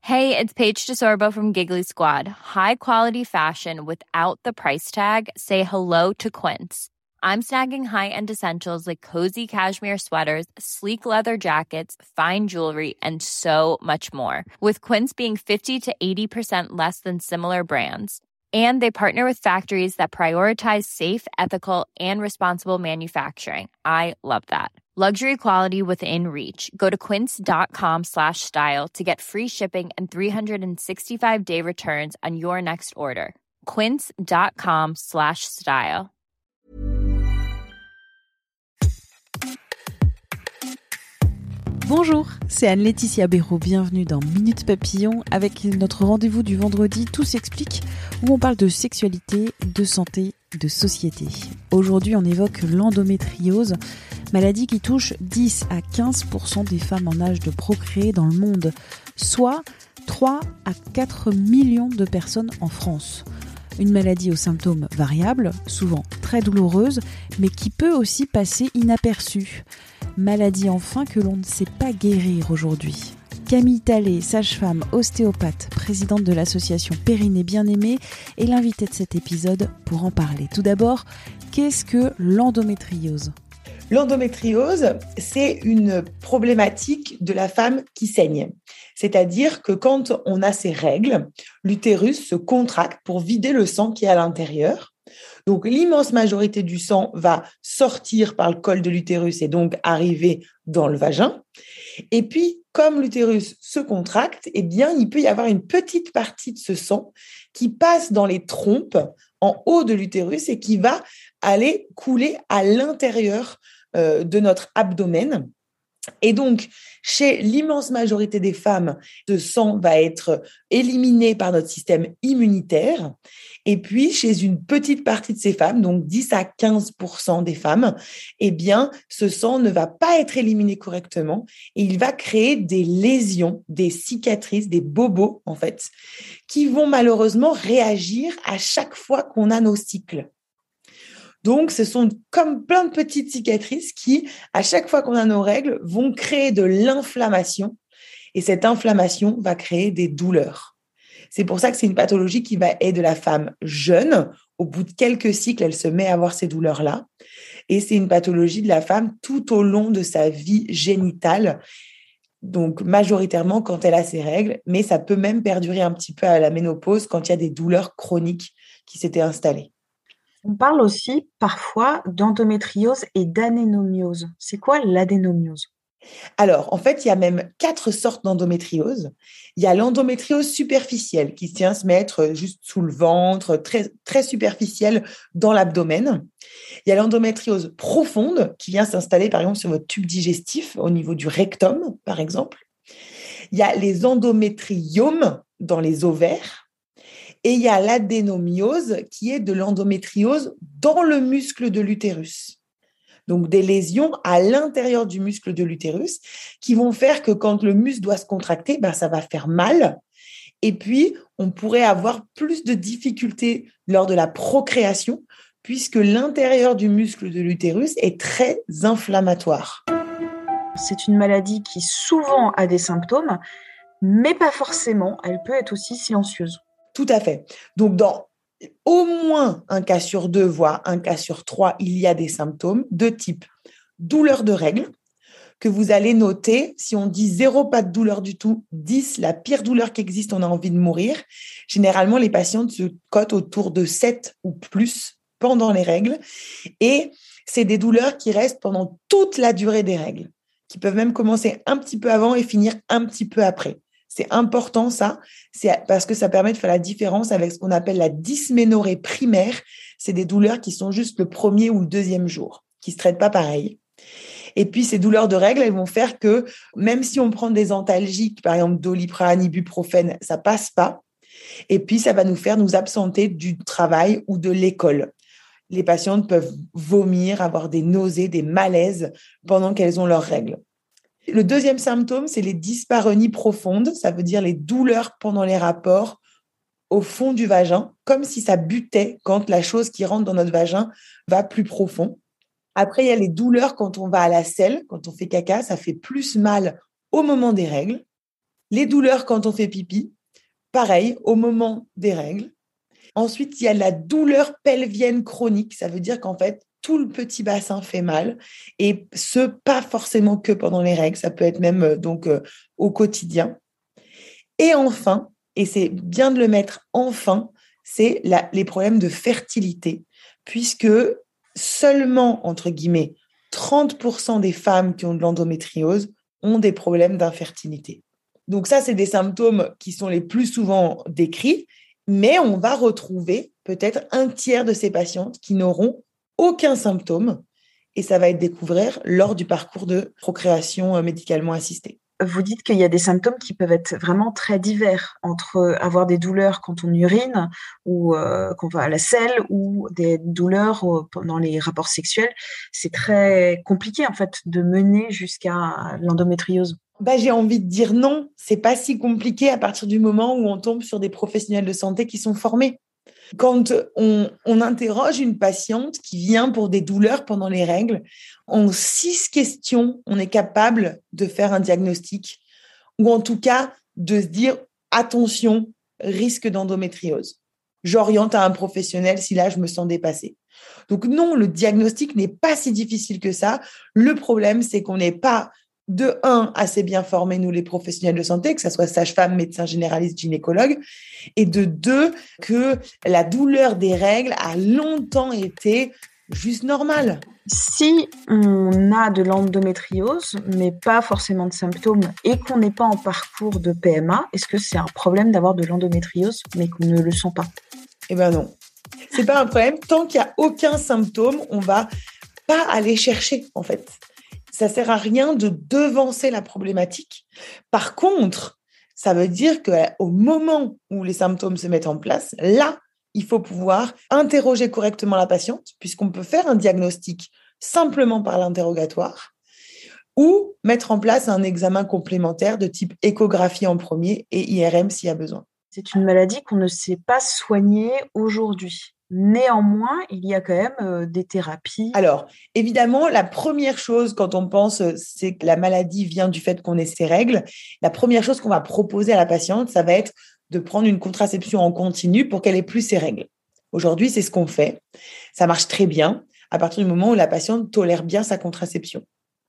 Hey, it's Paige DeSorbo from Giggly Squad. High quality fashion without the price tag. Say hello to Quince. I'm snagging high-end essentials like cozy cashmere sweaters, sleek leather jackets, fine jewelry, and so much more. With Quince being 50 to 80% less than similar brands. And they partner with factories that prioritize safe, ethical, and responsible manufacturing. I love that. Luxury quality within reach. Go to quince.com/style to get free shipping and 365-day returns on your next order. Quince.com/style. Bonjour, c'est Anne-Laetitia Béraud, bienvenue dans Minute Papillon avec notre rendez-vous du vendredi Tout s'explique où on parle de sexualité, de santé, de société. Aujourd'hui on évoque l'endométriose, maladie qui touche 10 à 15% des femmes en âge de procréer dans le monde, soit 3 à 4 millions de personnes en France. Une maladie aux symptômes variables, souvent très douloureuse, mais qui peut aussi passer inaperçue. Maladie enfin que l'on ne sait pas guérir aujourd'hui. Camille Talley, sage-femme, ostéopathe, présidente de l'association Périnée Bien-Aimée, est l'invitée de cet épisode pour en parler. Tout d'abord, qu'est-ce que l'endométriose ? L'endométriose, c'est une problématique de la femme qui saigne. C'est-à-dire que quand on a ses règles, l'utérus se contracte pour vider le sang qui est à l'intérieur. Donc, l'immense majorité du sang va sortir par le col de l'utérus et donc arriver dans le vagin. Et puis, comme l'utérus se contracte, eh bien, il peut y avoir une petite partie de ce sang qui passe dans les trompes en haut de l'utérus et qui va aller couler à l'intérieur de notre abdomen. Et donc, chez l'immense majorité des femmes, ce sang va être éliminé par notre système immunitaire. Et puis, chez une petite partie de ces femmes, donc 10 à 15% des femmes, eh bien, ce sang ne va pas être éliminé correctement et il va créer des lésions, des cicatrices, des bobos, en fait, qui vont malheureusement réagir à chaque fois qu'on a nos cycles. Donc, ce sont comme plein de petites cicatrices qui, à chaque fois qu'on a nos règles, vont créer de l'inflammation. Et cette inflammation va créer des douleurs. C'est pour ça que c'est une pathologie qui va aider la femme jeune. Au bout de quelques cycles, elle se met à avoir ces douleurs-là. Et c'est une pathologie de la femme tout au long de sa vie génitale. Donc, majoritairement quand elle a ses règles. Mais ça peut même perdurer un petit peu à la ménopause quand il y a des douleurs chroniques qui s'étaient installées. On parle aussi parfois d'endométriose et d'adénomiose. C'est quoi l'adénomiose ? Alors, en fait, il y a même 4 sortes d'endométriose. Il y a l'endométriose superficielle qui vient se mettre juste sous le ventre, très, très superficielle dans l'abdomen. Il y a l'endométriose profonde qui vient s'installer, par exemple, sur votre tube digestif, au niveau du rectum, par exemple. Il y a les endométriomes dans les ovaires. Et il y a l'adénomiose qui est de l'endométriose dans le muscle de l'utérus. Donc, des lésions à l'intérieur du muscle de l'utérus qui vont faire que quand le muscle doit se contracter, ça va faire mal. Et puis, on pourrait avoir plus de difficultés lors de la procréation puisque l'intérieur du muscle de l'utérus est très inflammatoire. C'est une maladie qui souvent a des symptômes, mais pas forcément. Elle peut être aussi silencieuse. Tout à fait. Donc, dans au moins un cas sur 2, voire un cas sur 3, il y a des symptômes de type douleur de règles, que vous allez noter. Si on dit 0, pas de douleur du tout, 10, la pire douleur qui existe, on a envie de mourir. Généralement, les patientes se cotent autour de 7 ou plus pendant les règles. Et c'est des douleurs qui restent pendant toute la durée des règles, qui peuvent même commencer un petit peu avant et finir un petit peu après. C'est important, ça, c'est parce que ça permet de faire la différence avec ce qu'on appelle la dysménorrhée primaire. C'est des douleurs qui sont juste le premier ou le deuxième jour, qui ne se traitent pas pareil. Et puis, ces douleurs de règles, elles vont faire que même si on prend des antalgiques, par exemple Doliprane, ibuprofène, ça ne passe pas. Et puis, ça va nous faire nous absenter du travail ou de l'école. Les patientes peuvent vomir, avoir des nausées, des malaises pendant qu'elles ont leurs règles. Le deuxième symptôme, c'est les dyspareunies profondes. Ça veut dire les douleurs pendant les rapports au fond du vagin, comme si ça butait quand la chose qui rentre dans notre vagin va plus profond. Après, il y a les douleurs quand on va à la selle, quand on fait caca, ça fait plus mal au moment des règles. Les douleurs quand on fait pipi, pareil, au moment des règles. Ensuite, il y a la douleur pelvienne chronique. Ça veut dire qu'en fait, tout le petit bassin fait mal et pas forcément que pendant les règles. Ça peut être même au quotidien. Et enfin, et c'est bien de le mettre enfin, c'est les problèmes de fertilité, puisque seulement, entre guillemets, 30% des femmes qui ont de l'endométriose ont des problèmes d'infertilité. Donc ça, c'est des symptômes qui sont les plus souvent décrits, mais on va retrouver peut-être un tiers de ces patientes qui n'auront aucun symptôme, et ça va être découvert lors du parcours de procréation médicalement assistée. Vous dites qu'il y a des symptômes qui peuvent être vraiment très divers, entre avoir des douleurs quand on urine ou qu'on va à la selle ou des douleurs pendant les rapports sexuels. C'est très compliqué en fait de mener jusqu'à l'endométriose. J'ai envie de dire non, c'est pas si compliqué à partir du moment où on tombe sur des professionnels de santé qui sont formés. Quand on interroge une patiente qui vient pour des douleurs pendant les règles, en 6 questions, on est capable de faire un diagnostic ou en tout cas de se dire « attention, risque d'endométriose ». J'oriente à un professionnel si là, je me sens dépassée. Donc non, le diagnostic n'est pas si difficile que ça. Le problème, c'est qu'on n'est pas de 1, assez bien formés, nous les professionnels de santé, que ce soit sage-femme, médecin généraliste, gynécologue, et de 2, que la douleur des règles a longtemps été juste normale. Si on a de l'endométriose, mais pas forcément de symptômes, et qu'on n'est pas en parcours de PMA, est-ce que c'est un problème d'avoir de l'endométriose, mais qu'on ne le sent pas ? Eh bien non, c'est pas un problème. Tant qu'il n'y a aucun symptôme, on va pas aller chercher, en fait. Ça sert à rien de devancer la problématique. Par contre, ça veut dire qu'au moment où les symptômes se mettent en place, là, il faut pouvoir interroger correctement la patiente, puisqu'on peut faire un diagnostic simplement par l'interrogatoire, ou mettre en place un examen complémentaire de type échographie en premier et IRM s'il y a besoin. C'est une maladie qu'on ne sait pas soigner aujourd'hui. Néanmoins, il y a quand même des thérapies. Alors, évidemment, la première chose quand on pense, c'est que la maladie vient du fait qu'on ait ces règles. La première chose qu'on va proposer à la patiente, ça va être de prendre une contraception en continu pour qu'elle ait plus ses règles. Aujourd'hui, c'est ce qu'on fait. Ça marche très bien à partir du moment où la patiente tolère bien sa contraception.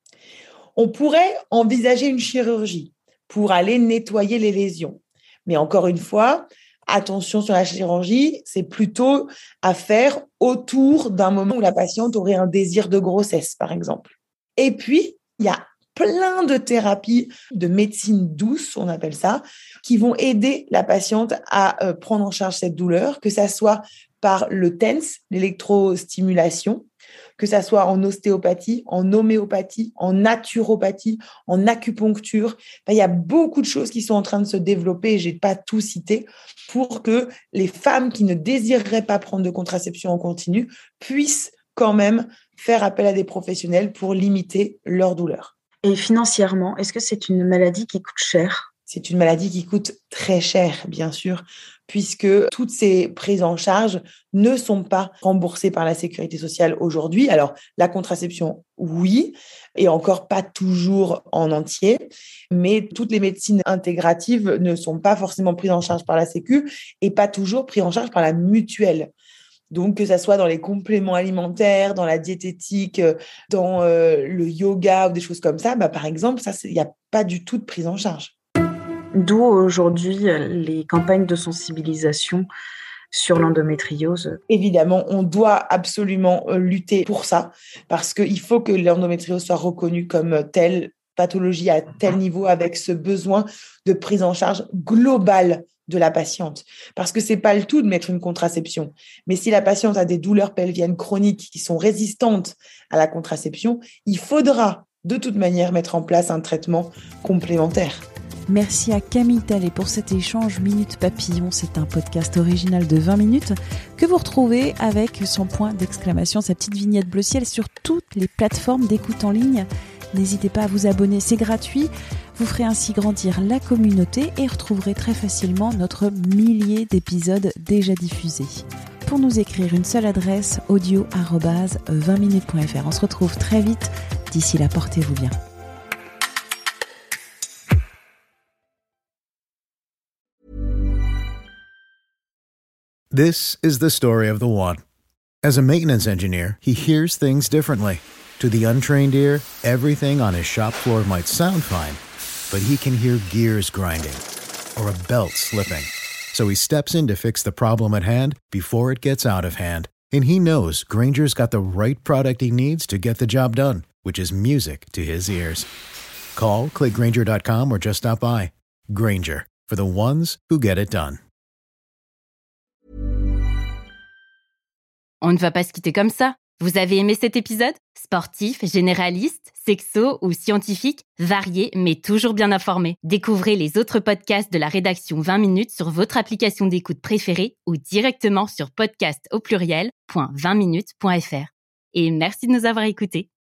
On pourrait envisager une chirurgie pour aller nettoyer les lésions. Mais encore une fois, attention sur la chirurgie, c'est plutôt à faire autour d'un moment où la patiente aurait un désir de grossesse, par exemple. Et puis, il y a plein de thérapies de médecine douce, on appelle ça, qui vont aider la patiente à prendre en charge cette douleur, que ça soit par le TENS, l'électrostimulation, que ça soit en ostéopathie, en homéopathie, en naturopathie, en acupuncture. Il y a beaucoup de choses qui sont en train de se développer, et je n'ai pas tout cité, pour que les femmes qui ne désireraient pas prendre de contraception en continu puissent quand même faire appel à des professionnels pour limiter leur douleur. Et financièrement, est-ce que c'est une maladie qui coûte cher ? C'est une maladie qui coûte très cher, bien sûr, puisque toutes ces prises en charge ne sont pas remboursées par la sécurité sociale aujourd'hui. Alors, la contraception, oui, et encore pas toujours en entier, mais toutes les médecines intégratives ne sont pas forcément prises en charge par la Sécu et pas toujours prises en charge par la mutuelle. Donc, que ça soit dans les compléments alimentaires, dans la diététique, dans le yoga ou des choses comme ça, par exemple, ça, il n'y a pas du tout de prise en charge. D'où aujourd'hui les campagnes de sensibilisation sur l'endométriose. Évidemment, on doit absolument lutter pour ça, parce qu'il faut que l'endométriose soit reconnue comme telle pathologie à tel niveau, avec ce besoin de prise en charge globale de la patiente. Parce que c'est pas le tout de mettre une contraception. Mais si la patiente a des douleurs pelviennes chroniques qui sont résistantes à la contraception, il faudra de toute manière mettre en place un traitement complémentaire. Merci à Camille Tallet pour cet échange Minute Papillon. C'est un podcast original de 20 minutes que vous retrouvez avec son point d'exclamation, sa petite vignette bleu ciel sur toutes les plateformes d'écoute en ligne. N'hésitez pas à vous abonner, c'est gratuit. Vous ferez ainsi grandir la communauté et retrouverez très facilement notre millier d'épisodes déjà diffusés. Pour nous écrire, une seule adresse, audio@20minutes.fr. On se retrouve très vite. D'ici là, portez-vous bien. This is the story of the one. As a maintenance engineer, he hears things differently. To the untrained ear, everything on his shop floor might sound fine, but he can hear gears grinding or a belt slipping. So he steps in to fix the problem at hand before it gets out of hand. And he knows Grainger's got the right product he needs to get the job done, which is music to his ears. Call, click Grainger.com or just stop by. Grainger, for the ones who get it done. On ne va pas se quitter comme ça. Vous avez aimé cet épisode ? Sportif, généraliste, sexo ou scientifique, varié mais toujours bien informé. Découvrez les autres podcasts de la rédaction 20 minutes sur votre application d'écoute préférée ou directement sur podcast@20minutes.fr. Et merci de nous avoir écoutés.